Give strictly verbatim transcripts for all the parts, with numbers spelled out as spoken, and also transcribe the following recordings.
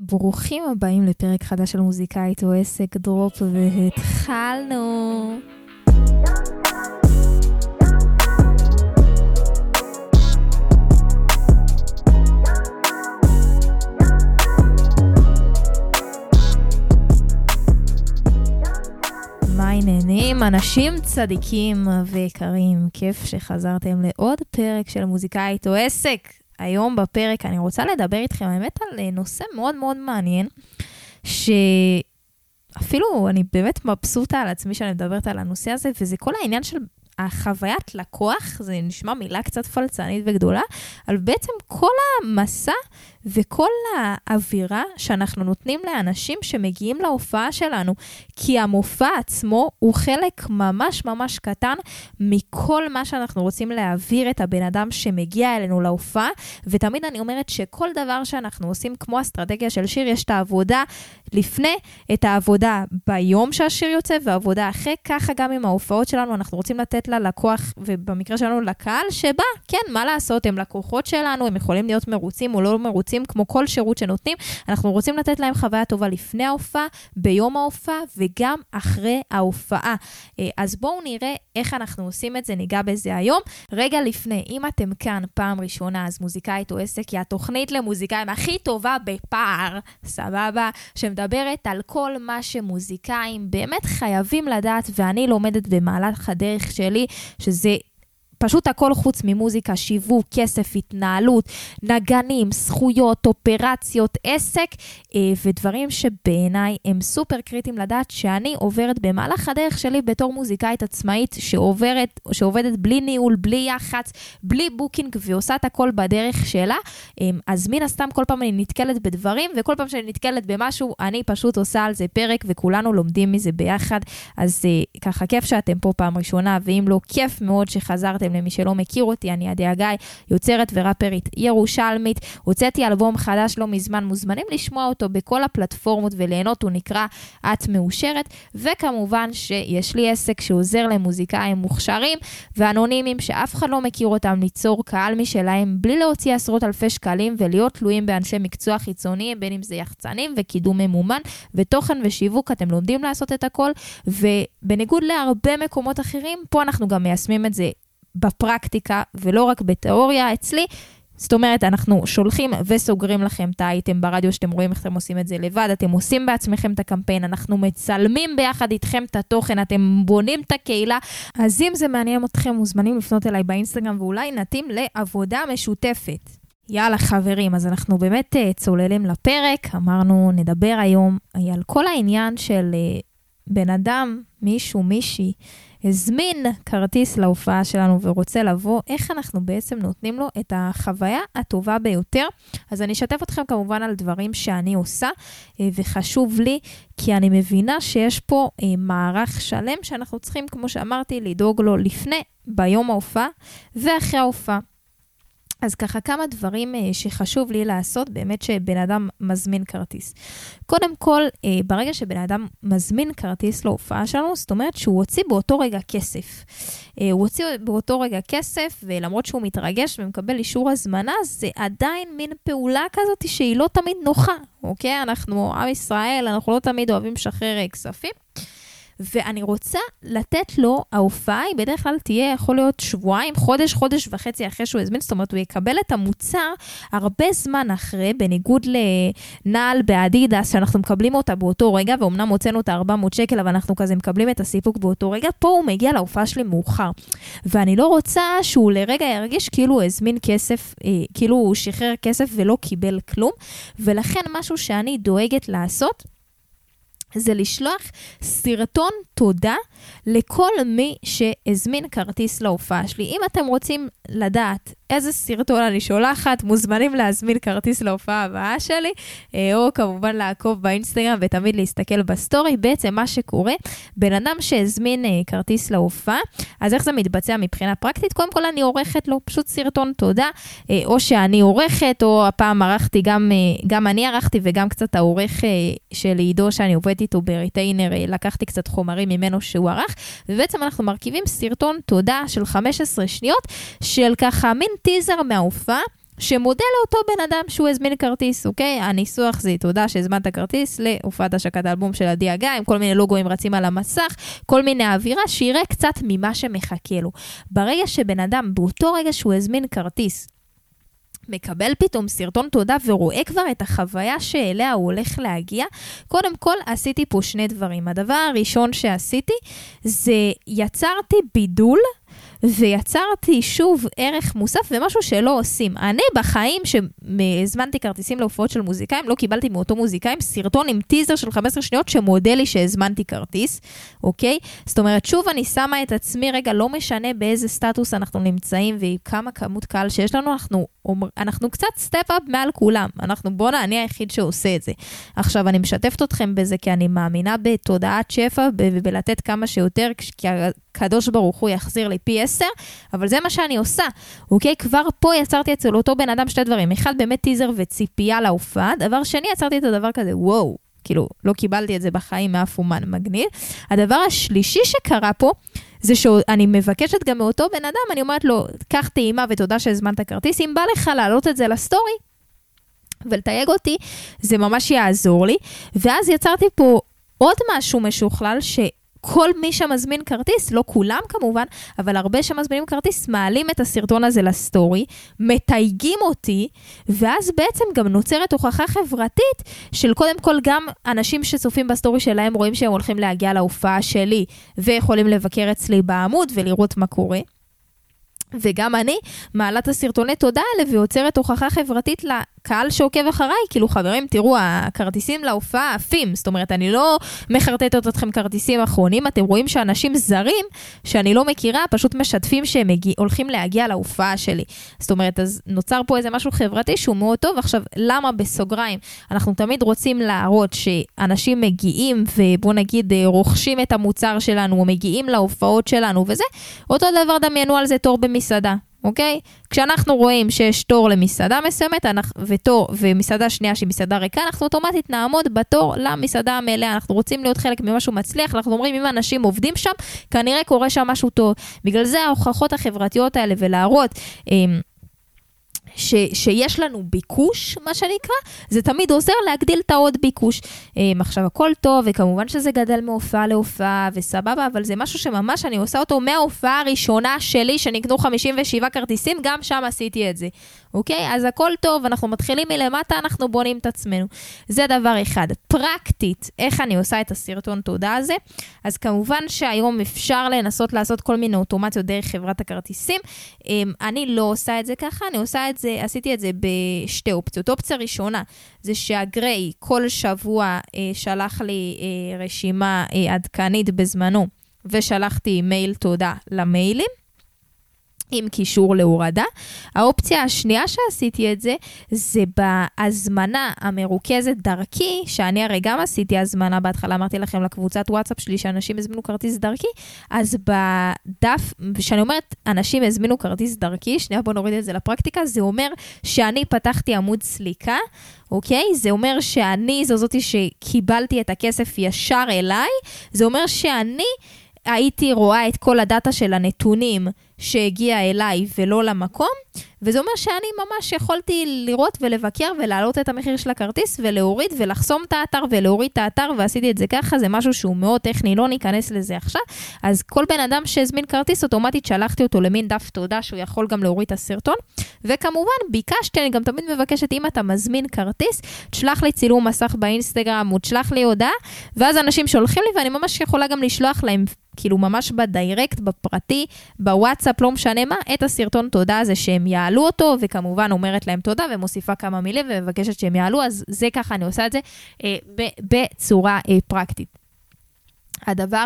ברוכים הבאים לפרק חדש של מוזיקאית או עסק דרופ, והתחלנו. מה העניינים? אנשים צדיקים ויקרים, כיף שחזרתם לעוד פרק של מוזיקאית או עסק. היום בפרק אני רוצה לדבר איתכם האמת על נושא מאוד מאוד מעניין, שאפילו אני באמת מבסוטה על עצמי שאני מדברת על הנושא הזה, וזה כל העניין של החוויית לקוח. זה נשמע מילה קצת פלצנית וגדולה, אבל בעצם כל המסע וכל האווירה שאנחנו נותנים לאנשים שמגיעים להופעה שלנו, כי המופע עצמו הוא חלק ממש ממש קטן מכל מה שאנחנו רוצים להעביר את הבן אדם שמגיע אלינו להופעה, ותמיד אני אומרת שכל דבר שאנחנו עושים, כמו אסטרטגיה של שיר, יש את העבודה לפני, את העבודה ביום שהשיר יוצא, והעבודה אחרי. ככה גם עם ההופעות שלנו, אנחנו רוצים לתת ללקוח, ובמקרה שלנו לקהל שבא, כן, מה לעשות, הם לקוחות שלנו, הם יכולים להיות מרוצים או לא מרוצים, כמו כל שירות שנותנים. אנחנו רוצים לתת להם חוויה טובה לפני ההופעה, ביום ההופעה, וגם אחרי ההופעה. אז בואו נראה איך אנחנו עושים את זה, ניגע בזה היום. רגע לפני, אם אתם כאן פעם ראשונה, אז מוזיקאית או עסק היא התוכנית למוזיקאים הכי טובה בפער, סבבה, שמדברת על כל מה שמוזיקאים באמת חייבים לדעת, ואני לומדת במהלך הדרך שלי, שזה פשוט הכל חוץ ממוזיקה, שיווק, כסף, התנהלות, נגנים, זכויות, אופרציות, עסק, ודברים שבעיניי הם סופר קריטיים לדעת שאני עוברת במהלך הדרך שלי בתור מוזיקאית עצמאית שעוברת, שעובדת בלי ניהול, בלי יחץ, בלי בוקינג, ועושה את הכל בדרך שלה. אז מן הסתם כל פעם אני נתקלת בדברים, וכל פעם שאני נתקלת במשהו, אני פשוט עושה על זה פרק, וכולנו לומדים מזה ביחד. אז ככה כיף שאתם פה פעם ראשונה, ואם לא, כיף מאוד שחזרתם. למי שלא מכיר אותי, אני עדי הגיא, יוצרת וראפרית ירושלמית. הוצאתי אלבום חדש לא מזמן, מוזמנים לשמוע אותו בכל הפלטפורמות וליהנות, הוא נקרא את מאושרת. וכמובן שיש לי עסק שעוזר למוזיקאים מוכשרים ואנונימיים שאף אחד לא מכיר אותם, ליצור קהל משלהם בלי להוציא עשרות אלפי שקלים ולהיות תלויים באנשי מקצוע חיצוניים, בין אם זה יחצנים וקידום ממומן ותוכן ושיווק. אתם לומדים לעשות את הכל, ובניגוד להרבה מקומות אחרים, פה אנחנו גם מיישמים את זה בפרקטיקה ולא רק בתיאוריה אצלי. זאת אומרת, אנחנו שולחים וסוגרים לכם את האייטם ברדיו, שאתם רואים איך אתם עושים את זה לבד, אתם עושים בעצמכם את הקמפיין, אנחנו מצלמים ביחד איתכם את התוכן, אתם בונים את הקהילה. אז אם זה מעניין אתכם, מוזמנים לפנות אליי באינסטגרם, ואולי נתאים לעבודה משותפת. יאללה חברים, אז אנחנו באמת צוללים לפרק. אמרנו נדבר היום על כל העניין של בן אדם, מישהו, מישהי, הזמין כרטיס להופעה שלנו ורוצה לבוא, איך אנחנו בעצם נותנים לו את החוויה הטובה ביותר. אז אני אשתף אתכם כמובן על דברים שאני עושה, וחשוב לי, כי אני מבינה שיש פה מערך שלם שאנחנו צריכים, כמו שאמרתי, לדאוג לו לפני, ביום ההופעה ואחרי ההופעה. אז ככה כמה דברים שחשוב לי לעשות באמת שבן אדם מזמין כרטיס. קודם כל, ברגע שבן אדם מזמין כרטיס להופעה שלנו, זאת אומרת שהוא הוציא באותו רגע כסף. הוא הוציא באותו רגע כסף, ולמרות שהוא מתרגש ומקבל אישור הזמנה, זה עדיין מין פעולה כזאת שהיא לא תמיד נוחה. אוקיי? אנחנו עם ישראל, אנחנו לא תמיד אוהבים לשחרר כספים. ואני רוצה לתת לו, ההופעה היא בדרך כלל תהיה, יכול להיות שבועיים, חודש, חודש וחצי אחרי שהוא הזמין, זאת אומרת, הוא יקבל את המוצר הרבה זמן אחרי, בניגוד לנעל באדידס, שאנחנו מקבלים אותה באותו רגע, ואומנם הוצאנו את ארבע מאות שקל, אבל אנחנו כזה מקבלים את הסיפוק באותו רגע. פה הוא מגיע להופעה שלי מאוחר, ואני לא רוצה שהוא לרגע ירגיש כאילו הוא הזמין כסף, כאילו הוא שחרר כסף ולא קיבל כלום, ולכן משהו שאני דואגת לעשות, זה לשלוח סרטון תודה לכל מי שהזמין כרטיס להופעה שלי. אם אתם רוצים לדעת איזה סרטון אני שולחת, מוזמנים להזמין כרטיס להופעה הבאה שלי, או כמובן לעקוב באינסטגרם ותמיד להסתכל בסטורי. בעצם מה שקורה, בן אדם שהזמין כרטיס להופעה, אז איך זה מתבצע מבחינה פרקטית? קודם כל אני עורכת לו פשוט סרטון תודה, או שאני עורכת, או הפעם ערכתי, גם, גם אני ערכתי וגם קצת העורך של עידו שאני עובדת איתו בריטיינר, לקחתי קצת חומרים ממנו שהוא ערך, ובעצם אנחנו מרכיבים סרטון תודה של חמש עשרה שניות, של ככה מין טיזר מההופעה, שמודה לאותו בן אדם שהוא הזמין כרטיס, אוקיי? הניסוח זה תודה שהזמנת כרטיס להופעת השקת האלבום של עדי הגיא, עם כל מיני לוגויים רצים על המסך, כל מיני אווירה, שיראה קצת ממה שמחכה לו. ברגע שבן אדם, באותו רגע שהוא הזמין כרטיס, מקבל פתאום סרטון תודה ורואה כבר את החוויה שאליה הוא הולך להגיע, קודם כל עשיתי פה שני דברים. הדבר הראשון שעשיתי זה יצרתי בידול, ויצרתי שוב ערך מוסף ומשהו שלא עושים. אני בחיים שהזמנתי כרטיסים להופעות של מוזיקאים, לא קיבלתי מאותו מוזיקאים סרטון עם טיזר של חמש עשרה שניות שמודה לי שהזמנתי כרטיס, אוקיי? זאת אומרת, שוב אני שמה את עצמי, רגע, לא משנה באיזה סטטוס אנחנו נמצאים וכמה כמות קהל שיש לנו, אנחנו, אנחנו קצת סטפ-אפ מעל כולם. אנחנו, בוא אני היחיד שעושה את זה. עכשיו, אני משתפת אתכם בזה כי אני מאמינה בתודעת שפע ובלתת כמה שיותר, כי הקדוש ברוך הוא יחזיר לי פי עשר, אבל זה מה שאני עושה. אוקיי? כבר פה יצרתי אצל אותו בן אדם שתי דברים. אחד, באמת טיזר וציפייה להופעה. דבר שני, יצרתי את הדבר כזה, וואו, כאילו, לא קיבלתי את זה בחיים מאף אומן מגניב. הדבר השלישי שקרה פה, זה שאני מבקשת גם מאותו בן אדם, אני אומרת לו, קח טעימה ותודה שהזמנת כרטיס, אם בא לך להעלות את זה לסטורי, ולתייג אותי, זה ממש יעזור לי. ואז יצרתי פה עוד משהו משוכלל, ש... כל מי שמזמין כרטיס, לא כולם כמובן, אבל הרבה שמזמינים כרטיס, מעלים את הסרטון הזה לסטורי, מתייגים אותי, ואז בעצם גם נוצרת הוכחה חברתית, של קודם כל גם אנשים שצופים בסטורי שלהם, רואים שהם הולכים להגיע להופעה שלי, ויכולים לבקר אצלי בעמוד, ולראות מה קורה. וגם אני מעלה את הסרטוני תודה האלה, ויוצרת הוכחה חברתית לקהל שעוקב אחריי, כאילו חברים, תראו, הכרטיסים להופעה עפים, זאת אומרת, אני לא מחרטטת אתכם כרטיסים אחרונים, אתם רואים שאנשים זרים, שאני לא מכירה, פשוט משתפים שהם מגיע, הולכים להגיע להופעה שלי. זאת אומרת, אז נוצר פה איזה משהו חברתי שהוא מאוד טוב. עכשיו, למה בסוגריים? אנחנו תמיד רוצים להראות שאנשים מגיעים, ובוא נגיד, רוכשים את המוצר שלנו, או מגיעים להופעות שלנו, וזה, אותו דבר דמיינו על זה תור במסעדה. אוקיי? כשאנחנו רואים שיש תור למסעדה מסוימת, ותור, ומסעדה שנייה שהיא מסעדה ריקה, אנחנו אוטומטית נעמוד בתור למסעדה המלאה. אנחנו רוצים להיות חלק ממשהו מצליח, אנחנו אומרים, אם אנשים עובדים שם, כנראה קורה שם משהו טוב. בגלל זה ההוכחות החברתיות האלה, ולהראות ש, שיש לנו ביקוש, מה שנקרא, זה תמיד עוזר להגדיל את העוד ביקוש. עכשיו, הכל טוב, וכמובן שזה גדל מהופעה להופעה, וסבבה, אבל זה משהו שממש אני עושה אותו מההופעה הראשונה שלי, שנקנו חמישים ושבעה כרטיסים, גם שם עשיתי את זה. אוקיי? אז הכל טוב, אנחנו מתחילים מלמטה, אנחנו בונים את עצמנו. זה דבר אחד. פרקטית, איך אני עושה את הסרטון תודה הזה? אז כמובן שהיום אפשר לנסות לעשות כל מיני אוטומציות דרך חברת הכרטיסים. אני לא עושה את זה ככה, אני עושה את זה, עשיתי את זה בשתי אופציות. אופציה ראשונה, זה שהגריי כל שבוע שלח לי רשימה עדכנית בזמנו, ושלחתי מייל תודה למיילים, עם קישור להורדה. האופציה השנייה שעשיתי את זה, זה בהזמנה המרוכזת דרכי, שאני הרי גם עשיתי הזמנה בהתחלה, אמרתי לכם לקבוצת וואטסאפ שלי, שאנשים הזמינו כרטיס דרכי, אז בדף, שאני אומרת, אנשים הזמינו כרטיס דרכי, שנייה בוא נוריד את זה לפרקטיקה, זה אומר שאני פתחתי עמוד סליקה, אוקיי? זה אומר שאני, זו זאתי שקיבלתי את הכסף ישר אליי, זה אומר שאני הייתי רואה את כל הדאטה של הנתונים שהגיע אליי ולא למקום, וזה אומר שאני ממש יכולתי לראות ולבקר ולהעלות את המחיר של הכרטיס ולהוריד ולחסום את האתר ולהוריד את האתר, ועשיתי את זה ככה, זה משהו שהוא מאוד טכני, לא ניכנס לזה עכשיו. אז כל בן אדם שהזמין כרטיס, אוטומטית שלחתי אותו למין דף תודה שהוא יכול גם להוריד את הסרטון, וכמובן ביקשתי, אני גם תמיד מבקשת, אם אתה מזמין כרטיס, תשלח לי צילום מסך באינסטגרם, או תשלח לי הודעה, ואז אנשים שולחים לי, ואני ממש יכולה גם לשלוח להם, כאילו ממש בדיירקט, בפרטי, בוואטסאפ, לא משנה מה, את הסרטון תודה הזה שהם יעלו אותו, וכמובן אומרת להם תודה, ומוסיפה כמה מילים, ומבקשת שהם יעלו, אז זה ככה אני עושה את זה, אה, בצורה אה, פרקטית. הדבר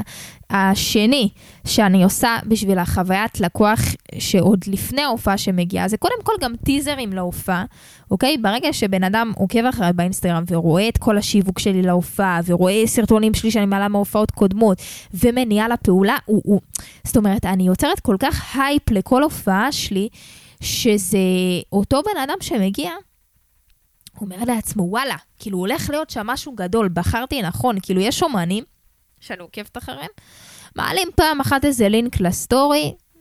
השני שאני עושה בשביל החוויית לקוח שעוד לפני ההופעה שמגיעה, זה קודם כל גם טיזרים להופעה, אוקיי? ברגע שבן אדם עוקב אחרי באינסטגרם ורואה את כל השיווק שלי להופעה, ורואה סרטונים שלי שאני מעלה מהופעות קודמות, ומניע לפעולה, הוא, הוא, זאת אומרת, אני יוצרת כל כך הייפ לכל הופעה שלי, שזה אותו בן אדם שמגיע, הוא אומר לעצמו, וואלה, כאילו הולך להיות שם משהו גדול, בחרתי נכון, כאילו יש אומנים, שאני עוקבת אחריהם, מעלים פעם אחת איזה לינק לסטורי,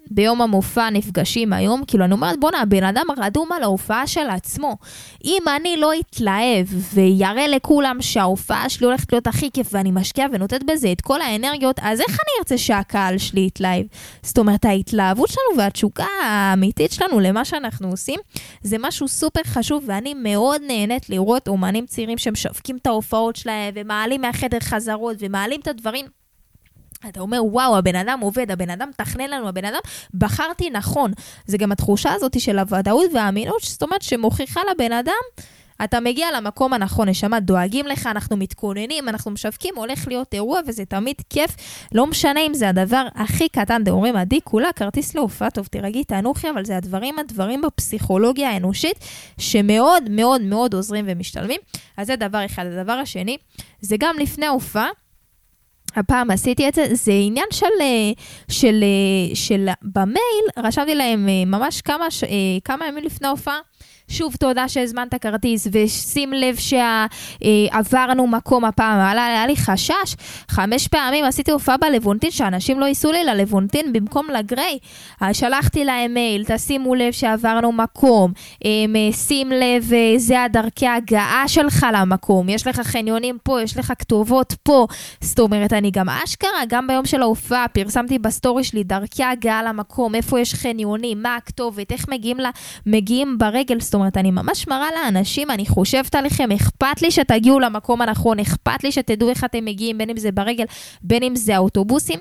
ביום המופע נפגשים היום, כאילו אני אומרת, בוא נה, הבן אדם רדום על ההופעה של עצמו. אם אני לא אתלהב ויראה לכולם שההופעה שלי הולכת להיות הכי כיף, ואני משקיע ונותנת בזה את כל האנרגיות, אז איך אני ארצה שהקהל שלי יתלהב? זאת אומרת, ההתלהבות שלנו והתשוקה האמיתית שלנו למה שאנחנו עושים, זה משהו סופר חשוב, ואני מאוד נהנית לראות אומנים צעירים שמשווקים את ההופעות שלהם, ומעלים מהחדר חזרות, ומעלים את הדברים. אתה אומר, וואו, הבן אדם עובד, הבן אדם תכנן לנו, הבן אדם בחרתי נכון. זה גם התחושה הזאת של הוודאות והאמינות, זאת אומרת שמוכיחה לבן אדם, אתה מגיע למקום הנכון, נשמה, דואגים לך, אנחנו מתכוננים, אנחנו משווקים, הולך להיות אירוע, וזה תמיד כיף, לא משנה אם זה הדבר הכי קטן, דאורים, עדי, כולה, כרטיס להופעה, טוב, תרגי, תענוכי, אבל זה הדברים, הדברים בפסיכולוגיה האנושית, שמאוד מאוד מאוד עוזרים ומשתלמים. אז זה דבר אחד. הדבר השני, זה גם לפני ההופעה, הפעם עשיתי את זה, זה עניין של, של, של, של במייל, רשמתי להם ממש כמה, כמה ימים לפני ההופעה, שוב תודה שהזמנת כרטיס, ושים לב שעברנו מקום הפעם, היה לי חשש, חמש פעמים עשיתי הופעה בלוונטין, שאנשים לא ייסעו לי ללוונטין במקום לגרי, שלחתי להם מייל, תשימו לב שעברנו מקום, שים לב, זה הדרכי הגעה שלך למקום, יש לך חניונים פה, יש לך כתובות פה, זאת אומרת, אני גם אשכרה, גם ביום של ההופעה, פרסמתי בסטורי שלי, דרכי הגעה למקום, איפה יש חניונים, מה הכתובת, איך מגיעים, לה, מגיעים ברגל, זאת אומרת, אני ממש מראה לאנשים, אני חושבת עליכם, אכפת לי שתגיעו למקום הנכון, אכפת לי שתדעו איך אתם מגיעים, בין אם זה ברגל, בין אם זה האוטובוסים.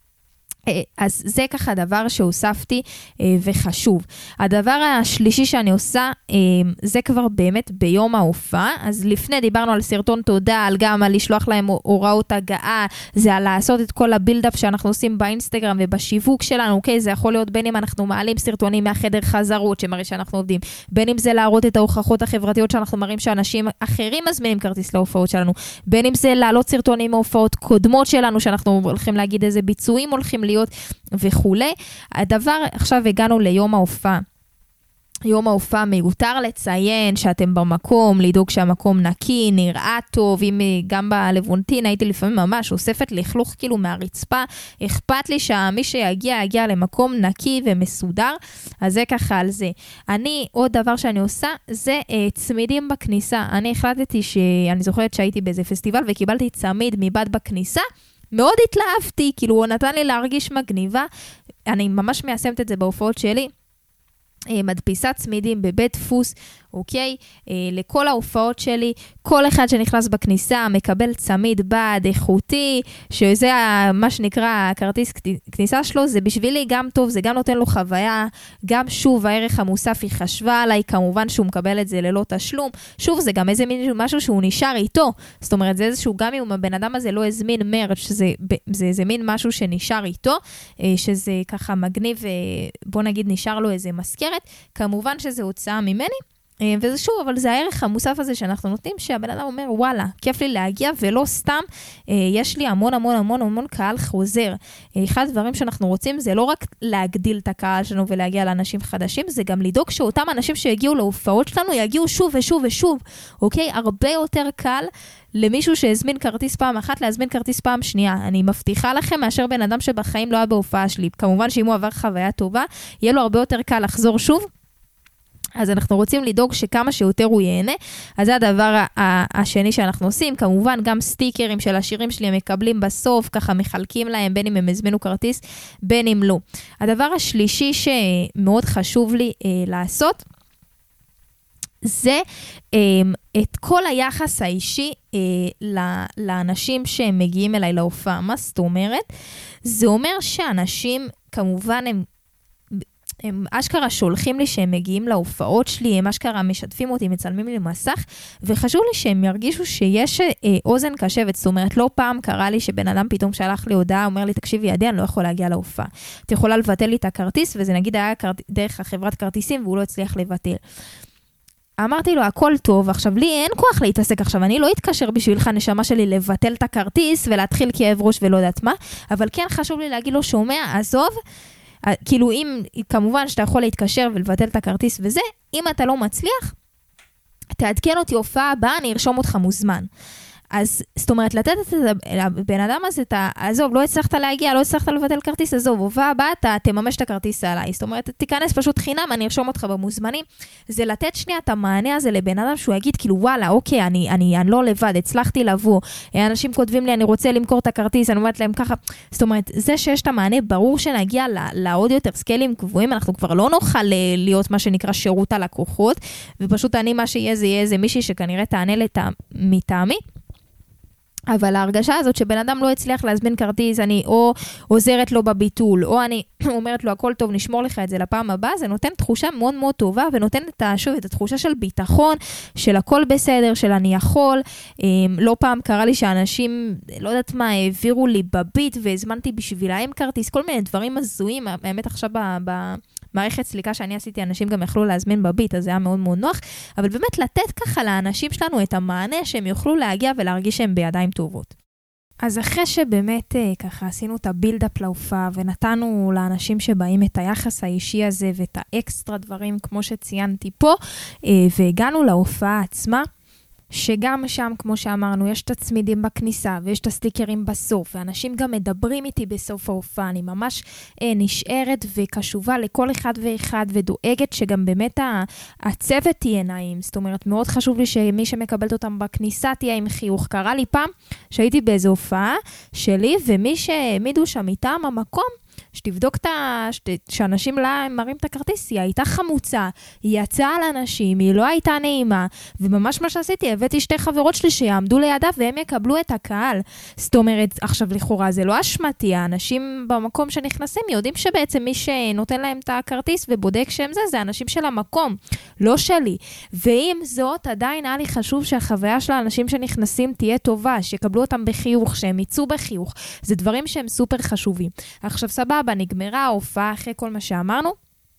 אז זה ככה דבר שהוספתי וחשוב. הדבר השלישי שאני עושה, זה כבר באמת ביום ההופעה, אז לפני דיברנו על סרטון תודה, על גם על לשלוח להם הוראות הגעה, זה על לעשות את כל הבילדאפ שאנחנו עושים באינסטגרם ובשיווק שלנו, אוקיי? זה יכול להיות בין אם אנחנו מעלים סרטונים מהחדר חזרות שמראה שאנחנו עובדים, בין אם זה להראות את ההוכחות החברתיות שאנחנו מראים שאנשים אחרים מזמינים כרטיס להופעות שלנו, בין אם זה להעלות סרטונים מהופעות קודמות שלנו, שאנחנו הולכים להגיד איזה ביצועים הולכים להיות וכולי. הדבר, עכשיו הגענו ליום ההופעה. יום ההופעה מיותר לציין שאתם במקום, לדאוג שהמקום נקי, נראה טוב, אם גם בלוונטין הייתי לפעמים ממש אוספת לכלוך כאילו מהרצפה, אכפת לי שמי שיגיע, יגיע למקום נקי ומסודר, אז זה ככה על זה. אני, עוד דבר שאני עושה, זה אה, צמידים בכניסה. אני החלטתי שאני זוכרת שהייתי באיזה פסטיבל וקיבלתי צמיד מבד בכניסה, מאוד התלהבתי, כאילו הוא נתן לי להרגיש מגניבה, אני ממש מיישמת את זה בהופעות שלי, מדפיסת צמידים בבית דפוס, אוקיי? לכל ההופעות שלי, כל אחד שנכנס בכניסה מקבל צמיד בד איכותי, שזה מה שנקרא כרטיס כניסה שלו, זה בשבילי גם טוב, זה גם נותן לו חוויה, גם שוב הערך המוסף היא חשבה עליי, כמובן שהוא מקבל את זה ללא תשלום, שוב זה גם איזה משהו שהוא נשאר איתו, זאת אומרת זה איזשהו, גם אם הבן אדם הזה לא הזמין מרץ', שזה זה איזה מין משהו שנשאר איתו, שזה ככה מגניב, בוא נגיד נשאר לו איזה מזכרת, כמובן שזה הוצאה ממני, וזה שוב, אבל זה הערך המוסף הזה שאנחנו נותנים, שהבן אדם אומר, וואלה, כיף לי להגיע, ולא סתם, יש לי המון המון המון המון קהל חוזר. אחד הדברים שאנחנו רוצים, זה לא רק להגדיל את הקהל שלנו, ולהגיע לאנשים חדשים, זה גם לדאוג שאותם אנשים שהגיעו להופעות שלנו, יגיעו שוב ושוב ושוב, אוקיי? הרבה יותר קל למישהו שהזמין כרטיס פעם אחת, להזמין כרטיס פעם שנייה. אני מבטיחה לכם, מאשר בן אדם שבחיים לא היה בהופעה שלי. כמובן שאם הוא עבר חוויה טובה, יהיה לו הרבה יותר קל לחזור שוב, אז אנחנו רוצים לדאוג שכמה שיותר הוא ייהנה, אז זה הדבר השני שאנחנו עושים, כמובן גם סטיקרים של השירים שלי הם מקבלים בסוף, ככה מחלקים להם, בין אם הם הזמינו כרטיס, בין אם לא. הדבר השלישי שמאוד חשוב לי אה, לעשות, זה אה, את כל היחס האישי אה, לאנשים שהם מגיעים אליי להופעה. מה זאת אומרת? זה אומר שאנשים כמובן הם הם אשכרה שולחים לי שהם מגיעים להופעות שלי, הם אשכרה משתפים אותי, מצלמים לי מסך, וחשוב לי שהם ירגישו שיש אה, אוזן קשבת, זאת אומרת, לא פעם קרה לי שבן אדם פתאום שלח לי הודעה, אומר לי, תקשיבי ידי, אני לא יכול להגיע להופעה. את יכולה לבטל לי את הכרטיס, וזה נגיד היה דרך החברת כרטיסים, והוא לא הצליח לבטל. אמרתי לו, הכל טוב, עכשיו לי אין כוח להתעסק עכשיו, אני לא אתקשר בשבילך נשמה שלי לבטל את הכרטיס, ולהתחיל כאב ראש ולא יודעת מה, אבל כן חשוב לי להגיד לו, שומע, עזוב, כאילו אם, כמובן שאתה יכול להתקשר ולבטל את הכרטיס וזה, אם אתה לא מצליח, תעדכן אותי הופעה הבאה, אני ארשום אותך מוזמן. אז זאת אומרת, לתת את הבן אדם הזה, אתה, עזוב, לא הצלחת להגיע, לא הצלחת לבטל כרטיס, עזוב, הובא הבא, אתה תממש את הכרטיס עליי. זאת אומרת, תיכנס פשוט חינם, אני ארשום אותך במוזמנים. זה לתת שנייה את המענה הזה לבן אדם שהוא יגיד, כאילו, וואלה, אוקיי, אני, אני, אני לא לבד, הצלחתי לבוא. אנשים כותבים לי, אני רוצה למכור את הכרטיס, אני אומרת להם ככה. זאת אומרת, זה שיש את המענה, ברור שנגיע לעוד יותר סקיילים קבועים, אנחנו כבר לא נוכל להיות מה שנקרא שירות הלקוחות, ופשוט אני מה שיהיה, זה יהיה איזה מישהי שכנראה תענה מטעמי. אבל ההרגשה הזאת שבן אדם לא הצליח להזמין כרטיס, אני או עוזרת לו בביטול, או אני אומרת לו, הכל טוב, נשמור לך את זה לפעם הבאה, זה נותן תחושה מאוד מאוד טובה, ונותן את, שוב, את התחושה של ביטחון, של הכל בסדר, של אני יכול. לא פעם קרה לי שאנשים, לא יודעת מה, העבירו לי בביט, והזמנתי בשבילהם כרטיס, כל מיני דברים הזויים, האמת עכשיו ב... ב מערכת סליקה שאני עשיתי, אנשים גם יכלו להזמין בביט, אז זה היה מאוד מאוד נוח, אבל באמת לתת ככה לאנשים שלנו את המענה שהם יוכלו להגיע ולהרגיש שהם בידיים טובות. אז אחרי שבאמת ככה עשינו את הבילדאפ להופעה, ונתנו לאנשים שבאים את היחס האישי הזה, ואת האקסטרה דברים כמו שציינתי פה, והגענו להופעה עצמה, שגם שם, כמו שאמרנו, יש את הצמידים בכניסה, ויש את הסטיקרים בסוף, ואנשים גם מדברים איתי בסוף ההופעה, אני ממש אה, נשארת וקשובה לכל אחד ואחד, ודואגת שגם באמת הצוות תהיה נעים, זאת אומרת, מאוד חשוב לי שמי שמקבלת אותם בכניסה תהיה עם חיוך. קרה לי פעם שהייתי באיזו הופעה שלי, ומי שהעמידו שם מטעם המקום, שתבדוק את ה... שאנשים לה מראים את הכרטיס, היא הייתה חמוצה, היא יצאה על אנשים, היא לא הייתה נעימה, וממש מה שעשיתי, הבאתי שתי חברות שלי שיעמדו לידה, והם יקבלו את הקהל. זאת אומרת, עכשיו לכאורה, זה לא אשמתי, האנשים במקום שנכנסים יודעים שבעצם מי שנותן להם את הכרטיס ובודק שהם זה, זה אנשים של המקום, לא שלי. ועם זאת, עדיין היה לי חשוב שהחוויה של האנשים שנכנסים תהיה טובה, שיקבלו אותם בחיוך, שהם יצאו בחיוך. זה דברים שהם סופר חשובים. עכשיו סבבה, נגמרה ההופעה אחרי כל מה שאמרנו.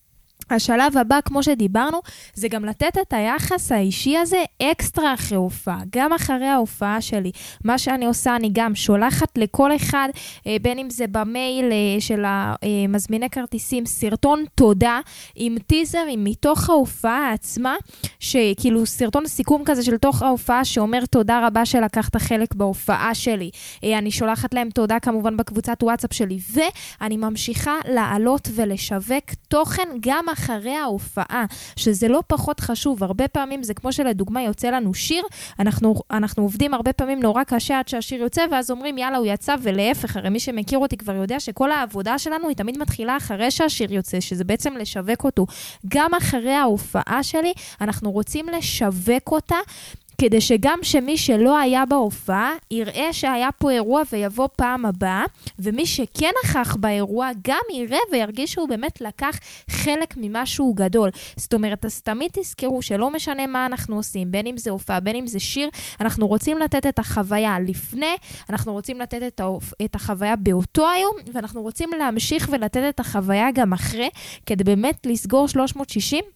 השלב הבא, כמו שדיברנו, זה גם לתת את היחס האישי הזה אקסטרה אחרי הופעה. גם אחרי ההופעה שלי. מה שאני עושה, אני גם שולחת לכל אחד, בין אם זה במייל של המזמיני כרטיסים, סרטון תודה, עם טיזרים מתוך ההופעה עצמה, שכאילו סרטון סיכום כזה של תוך ההופעה, שאומר תודה רבה שלקחת חלק בהופעה שלי. אני שולחת להם תודה כמובן בקבוצת וואטסאפ שלי, ואני ממשיכה לעלות ולשווק תוכן גם אחרי ההופעה, שזה לא פחות חשוב. הרבה פעמים זה כמו שלדוגמה יוצא לנו שיר, אנחנו, אנחנו עובדים הרבה פעמים נורא קשה עד שהשיר יוצא, ואז אומרים יאללה הוא יצא, ולהפך, הרי מי שמכיר אותי כבר יודע שכל העבודה שלנו היא תמיד מתחילה אחרי שהשיר יוצא, שזה בעצם לשווק אותו. גם אחרי ההופעה שלי, אנחנו רוצים לשווק אותה, כדי שגם שמי שלא היה בהופעה, יראה שהיה פה אירוע ויבוא פעם הבאה, ומי שכן נכח באירוע, גם יראה וירגיש שהוא באמת לקח חלק ממשהו גדול. זאת אומרת, אז תמיד תזכרו שלא משנה מה אנחנו עושים, בין אם זה הופעה, בין אם זה שיר, אנחנו רוצים לתת את החוויה לפני, אנחנו רוצים לתת את, ההופ... את החוויה באותו היום, ואנחנו רוצים להמשיך ולתת את החוויה גם אחרי, כדי באמת לסגור שלוש מאות שישים,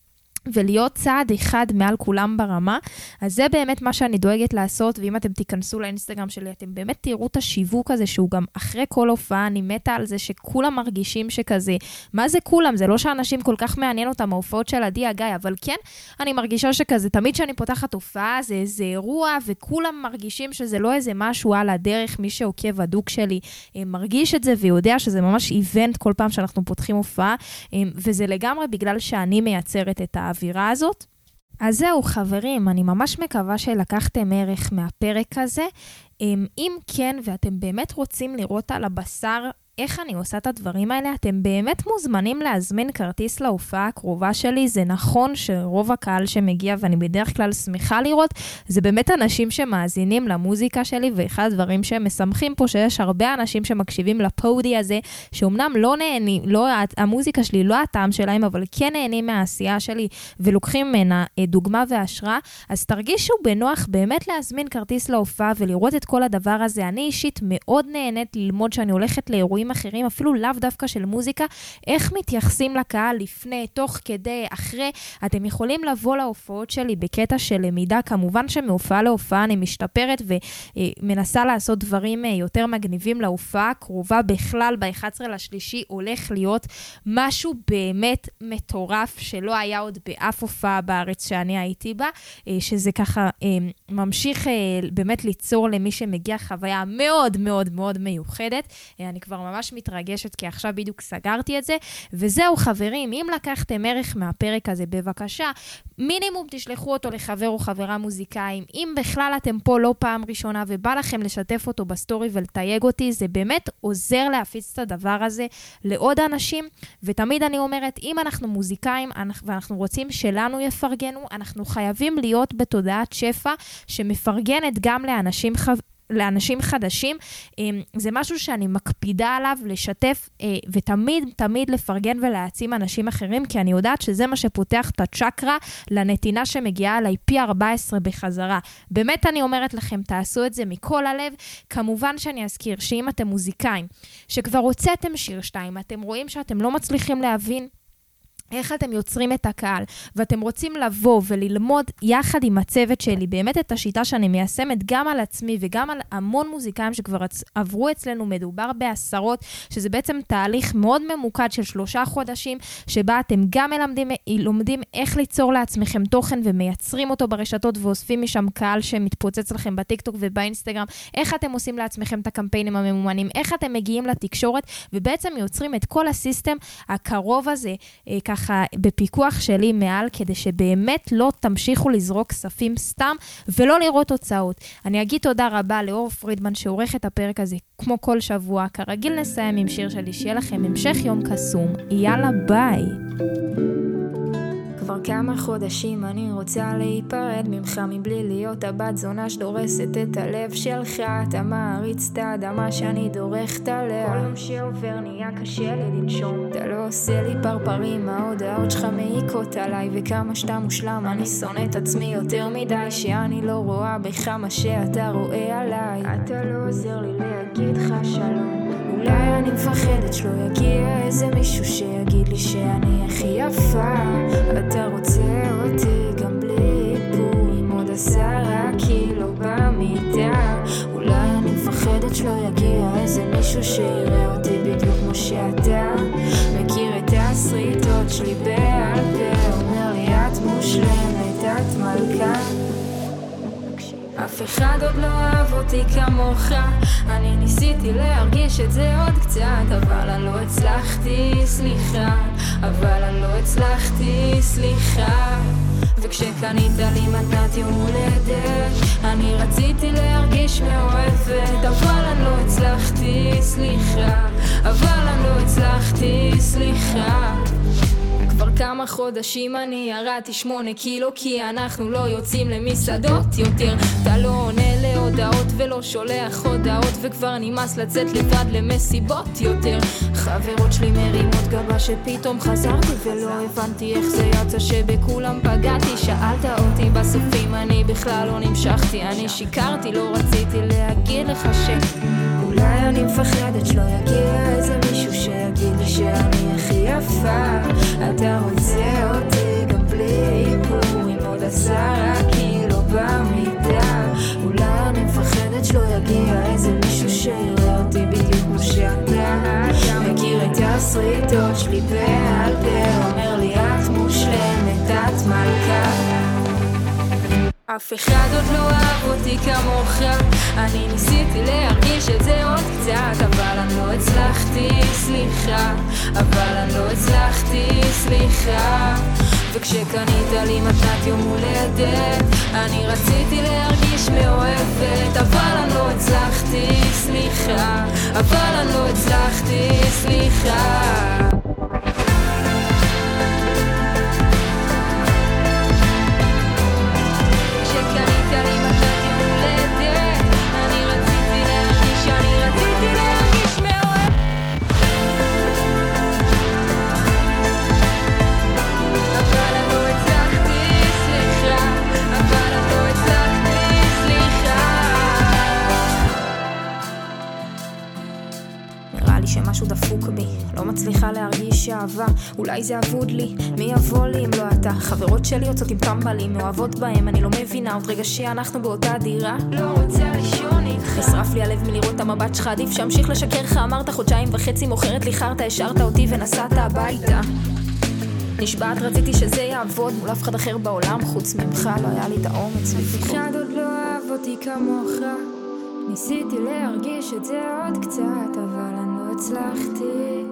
ולהיות צעד אחד מעל כולם ברמה. אז זה באמת מה שאני דואגת לעשות, ואם אתם תיכנסו לאינסטגרם שלי, אתם באמת תראו את השיווק הזה, שהוא גם אחרי כל הופעה, אני מתה על זה שכולם מרגישים שכזה, מה זה כולם? זה לא שאנשים כל כך מעניין אותם, ההופעות של עדי הגיא, אבל כן, אני מרגישה שכזה, תמיד שאני פותחת הופעה, זה איזה אירוע, וכולם מרגישים שזה לא איזה משהו על הדרך, מי שעוקב הדוק שלי מרגיש את זה, ויודע שזה ממש איבנט כל פעם שאנחנו פותחים הופעה, וזה לגמרי בגלל שאני מייצרת את האווירה הזאת. אז זהו חברים, אני ממש מקווה שלקחתם ערך מהפרק הזה. אם כן, ואתם באמת רוצים לראות על הבשר איך אני עושה את הדברים האלה, אתם באמת מוזמנים להזמין כרטיס להופעה הקרובה שלי. זה נכון שרוב הקהל שמגיע, ואני בדרך כלל שמחה לראות, זה באמת אנשים שמאזינים למוזיקה שלי, ואחד הדברים שהם משמחים פה, שיש הרבה אנשים שמקשיבים לפודי הזה, שאומנם לא נהנים, לא, המוזיקה שלי לא הטעם שלהם, אבל כן נהנים מהעשייה שלי, ולוקחים ממנה דוגמה והשראה. אז תרגישו בנוח באמת להזמין כרטיס להופעה, ולראות את כל הדבר הזה. אני אישית מאוד נהנית ללמוד שאני הולכת לאירועים אנשים אחרים, אפילו לאו דווקא של מוזיקה, איך מתייחסים לקהל לפני, תוך כדי, אחרי. אתם יכולים לבוא להופעות שלי בקטע של למידה, כמובן שמהופעה להופעה אני משתפרת ומנסה לעשות דברים יותר מגניבים להופעה קרובה. בכלל ב-אחד עשר לשלישי הולך להיות משהו באמת מטורף שלא היה עוד באף הופעה בארץ שאני הייתי בה, שזה ככה ממשיך באמת ליצור למי שמגיע חוויה מאוד מאוד מאוד מיוחדת. אני כבר ממש מתרגשת כי עכשיו בדיוק סגרתי את זה. וזהו חברים, אם לקחתם ערך מהפרק הזה, בבקשה, מינימום תשלחו אותו לחבר או חברה מוזיקאים. אם בכלל אתם פה לא פעם ראשונה ובא לכם לשתף אותו בסטורי ולתייג אותי, זה באמת עוזר להפיץ את הדבר הזה לעוד אנשים. ותמיד אני אומרת, אם אנחנו מוזיקאים ואנחנו רוצים שלנו יפרגנו, אנחנו חייבים להיות בתודעת שפע שמפרגנת גם לאנשים חברים. לאנשים חדשים. זה משהו שאני מקפידה עליו לשתף ותמיד תמיד לפרגן ולהעצים אנשים אחרים, כי אני יודעת שזה מה שפותח את הצ'קרה לנתינה שמגיעה עליי פי ארבע עשרה בחזרה. באמת אני אומרת לכם, תעשו את זה מכל הלב. כמובן שאני אזכיר שאם אתם מוזיקאים שכבר הוצאתם שיר שתיים, אתם רואים שאתם לא מצליחים להבין איך אתם יוצרים את הקהל, ואתם רוצים לבוא וללמוד יחד עם הצוות שלי, באמת את השיטה שאני מיישמת גם על עצמי וגם על המון מוזיקאים שכבר עברו אצלנו, מדובר בעשרות, שזה בעצם תהליך מאוד ממוקד של שלושה חודשים, שבה אתם גם מלמדים, לומדים איך ליצור לעצמכם תוכן ומייצרים אותו ברשתות ואוספים משם קהל שמתפוצץ לכם בטיקטוק ובאינסטגרם, איך אתם עושים לעצמכם את הקמפיינים הממומנים, איך אתם מגיעים לתקשורת, ובעצם יוצרים את כל הסיסטם הקרוב הזה, ככה בפיקוח שלי מעל, כדי שבאמת לא תמשיכו לזרוק כספים סתם ולא לראות תוצאות. אני אגיד תודה רבה לאור פרידמן שעורך את הפרק הזה כמו כל שבוע. כרגיל נסיים עם שיר שלי, שיהיה לכם המשך יום קסום. יאללה ביי. כבר כמה חודשים אני רוצה להיפרד ממך, מבלי להיות הבת זונה שדורסת את הלב שלך. אתה מעריץ את האדמה שאני דורכת עליה, כל יום שעובר נהיה קשה לי לנשום. אתה לא עושה לי פרפרים, ההודעות שלך מעיקות עליי, וכמה שאתה מושלם אני שונא את עצמי יותר מדי, שאני לא רואה בך מה שאתה רואה עליי. אתה לא עוזר לי להגיד לך שלום, אולי אני מפחדת שלא יגיע איזה מישהו שיגיד לי שאני הכי יפה. אתה רוצה אותי גם בלי איפור, עם עוד עשרה קילו במיטה. אולי אני מפחדת שלא יגיע איזה מישהו שיראה אותי בדיוק כמו שאתה מכיר את הסריטות שלי בעל פה, אומר לי את מושלמת, את מלכה. אף אחד עוד לא אהב אותי כמוך, אני ניסיתי להרגיש את זה עוד קצת, אבל אני לא הצלחתי, סליחה, אבל אני לא הצלחתי, סליחה. וכשקנית לי מתנת יום הולדת, אני רציתי להרגיש מאוהבת, אבל אני לא הצלחתי, סליחה, אבל אני לא הצלחתי, סליחה. כבר כמה חודשים אני ירדתי שמונה קילו, כי אנחנו לא יוצאים למסעדות יותר. אתה לא עונה להודעות ולא שולח הודעות, וכבר נמאס לצאת לבד למסיבות יותר. חברות שלי מרימות גבה שפתאום חזרתי, ולא הבנתי איך זה יצא שבכולם פגעתי. שאלת אותי בסופים, אני בכלל לא נמשכתי, אני שיקרתי, לא רציתי להגיד לך ש... אולי אני מפחדת שלא יגיע איזה מישהו שיגיד לי שאני הכי יפה. אתה רוצה אותי גם בלי איפור, עם עוד עשרה קילו במיטה. אולי אני מפחדת שלא יגיע איזה מישהו שיראה אותי בדיוק כמו שאתה מכיר את הסריטות שלי בעל פה, אומר לי את מושלמת, את מלכה. אף אחד עוד לא אהב אותי כמוך, אני ניסיתי להרגיש את זה עוד קצת, אבל אני לא הצלחתי, סליחה, אבל אני לא הצלחתי, סליחה. וכשקנית לי מתנת יום הולדת, אני רציתי להרגיש מאוהבת, אבל אני לא הצלחתי, סליחה, אבל אני לא הצלחתי, סליחה. משהו דפוק בי, לא מצליחה להרגיש אהבה, אולי זה אבוד לי, מי יבוא לי אם לא אתה? חברות שלי יוצאות עם טמבלים, מאוהבות בהם, אני לא מבינה, עוד רגע שאנחנו באותה דירה, לא רוצה לישון איתך. נשרף לי הלב מלראות את המבט שלך, עדיף שאמשיך לשקר לך, אמרת חודשיים וחצי מוכרת לי חרטה, השארת אותי ונסעת הביתה. נשבעת רציתי שזה יעבוד מול אף אחד אחר בעולם חוץ ממך, לא היה לי את האומץ. אף אחד עוד לא אהב אותי כמוך, ניסיתי להרגיש את זה עוד קצת אבל אני לא הצלחתי.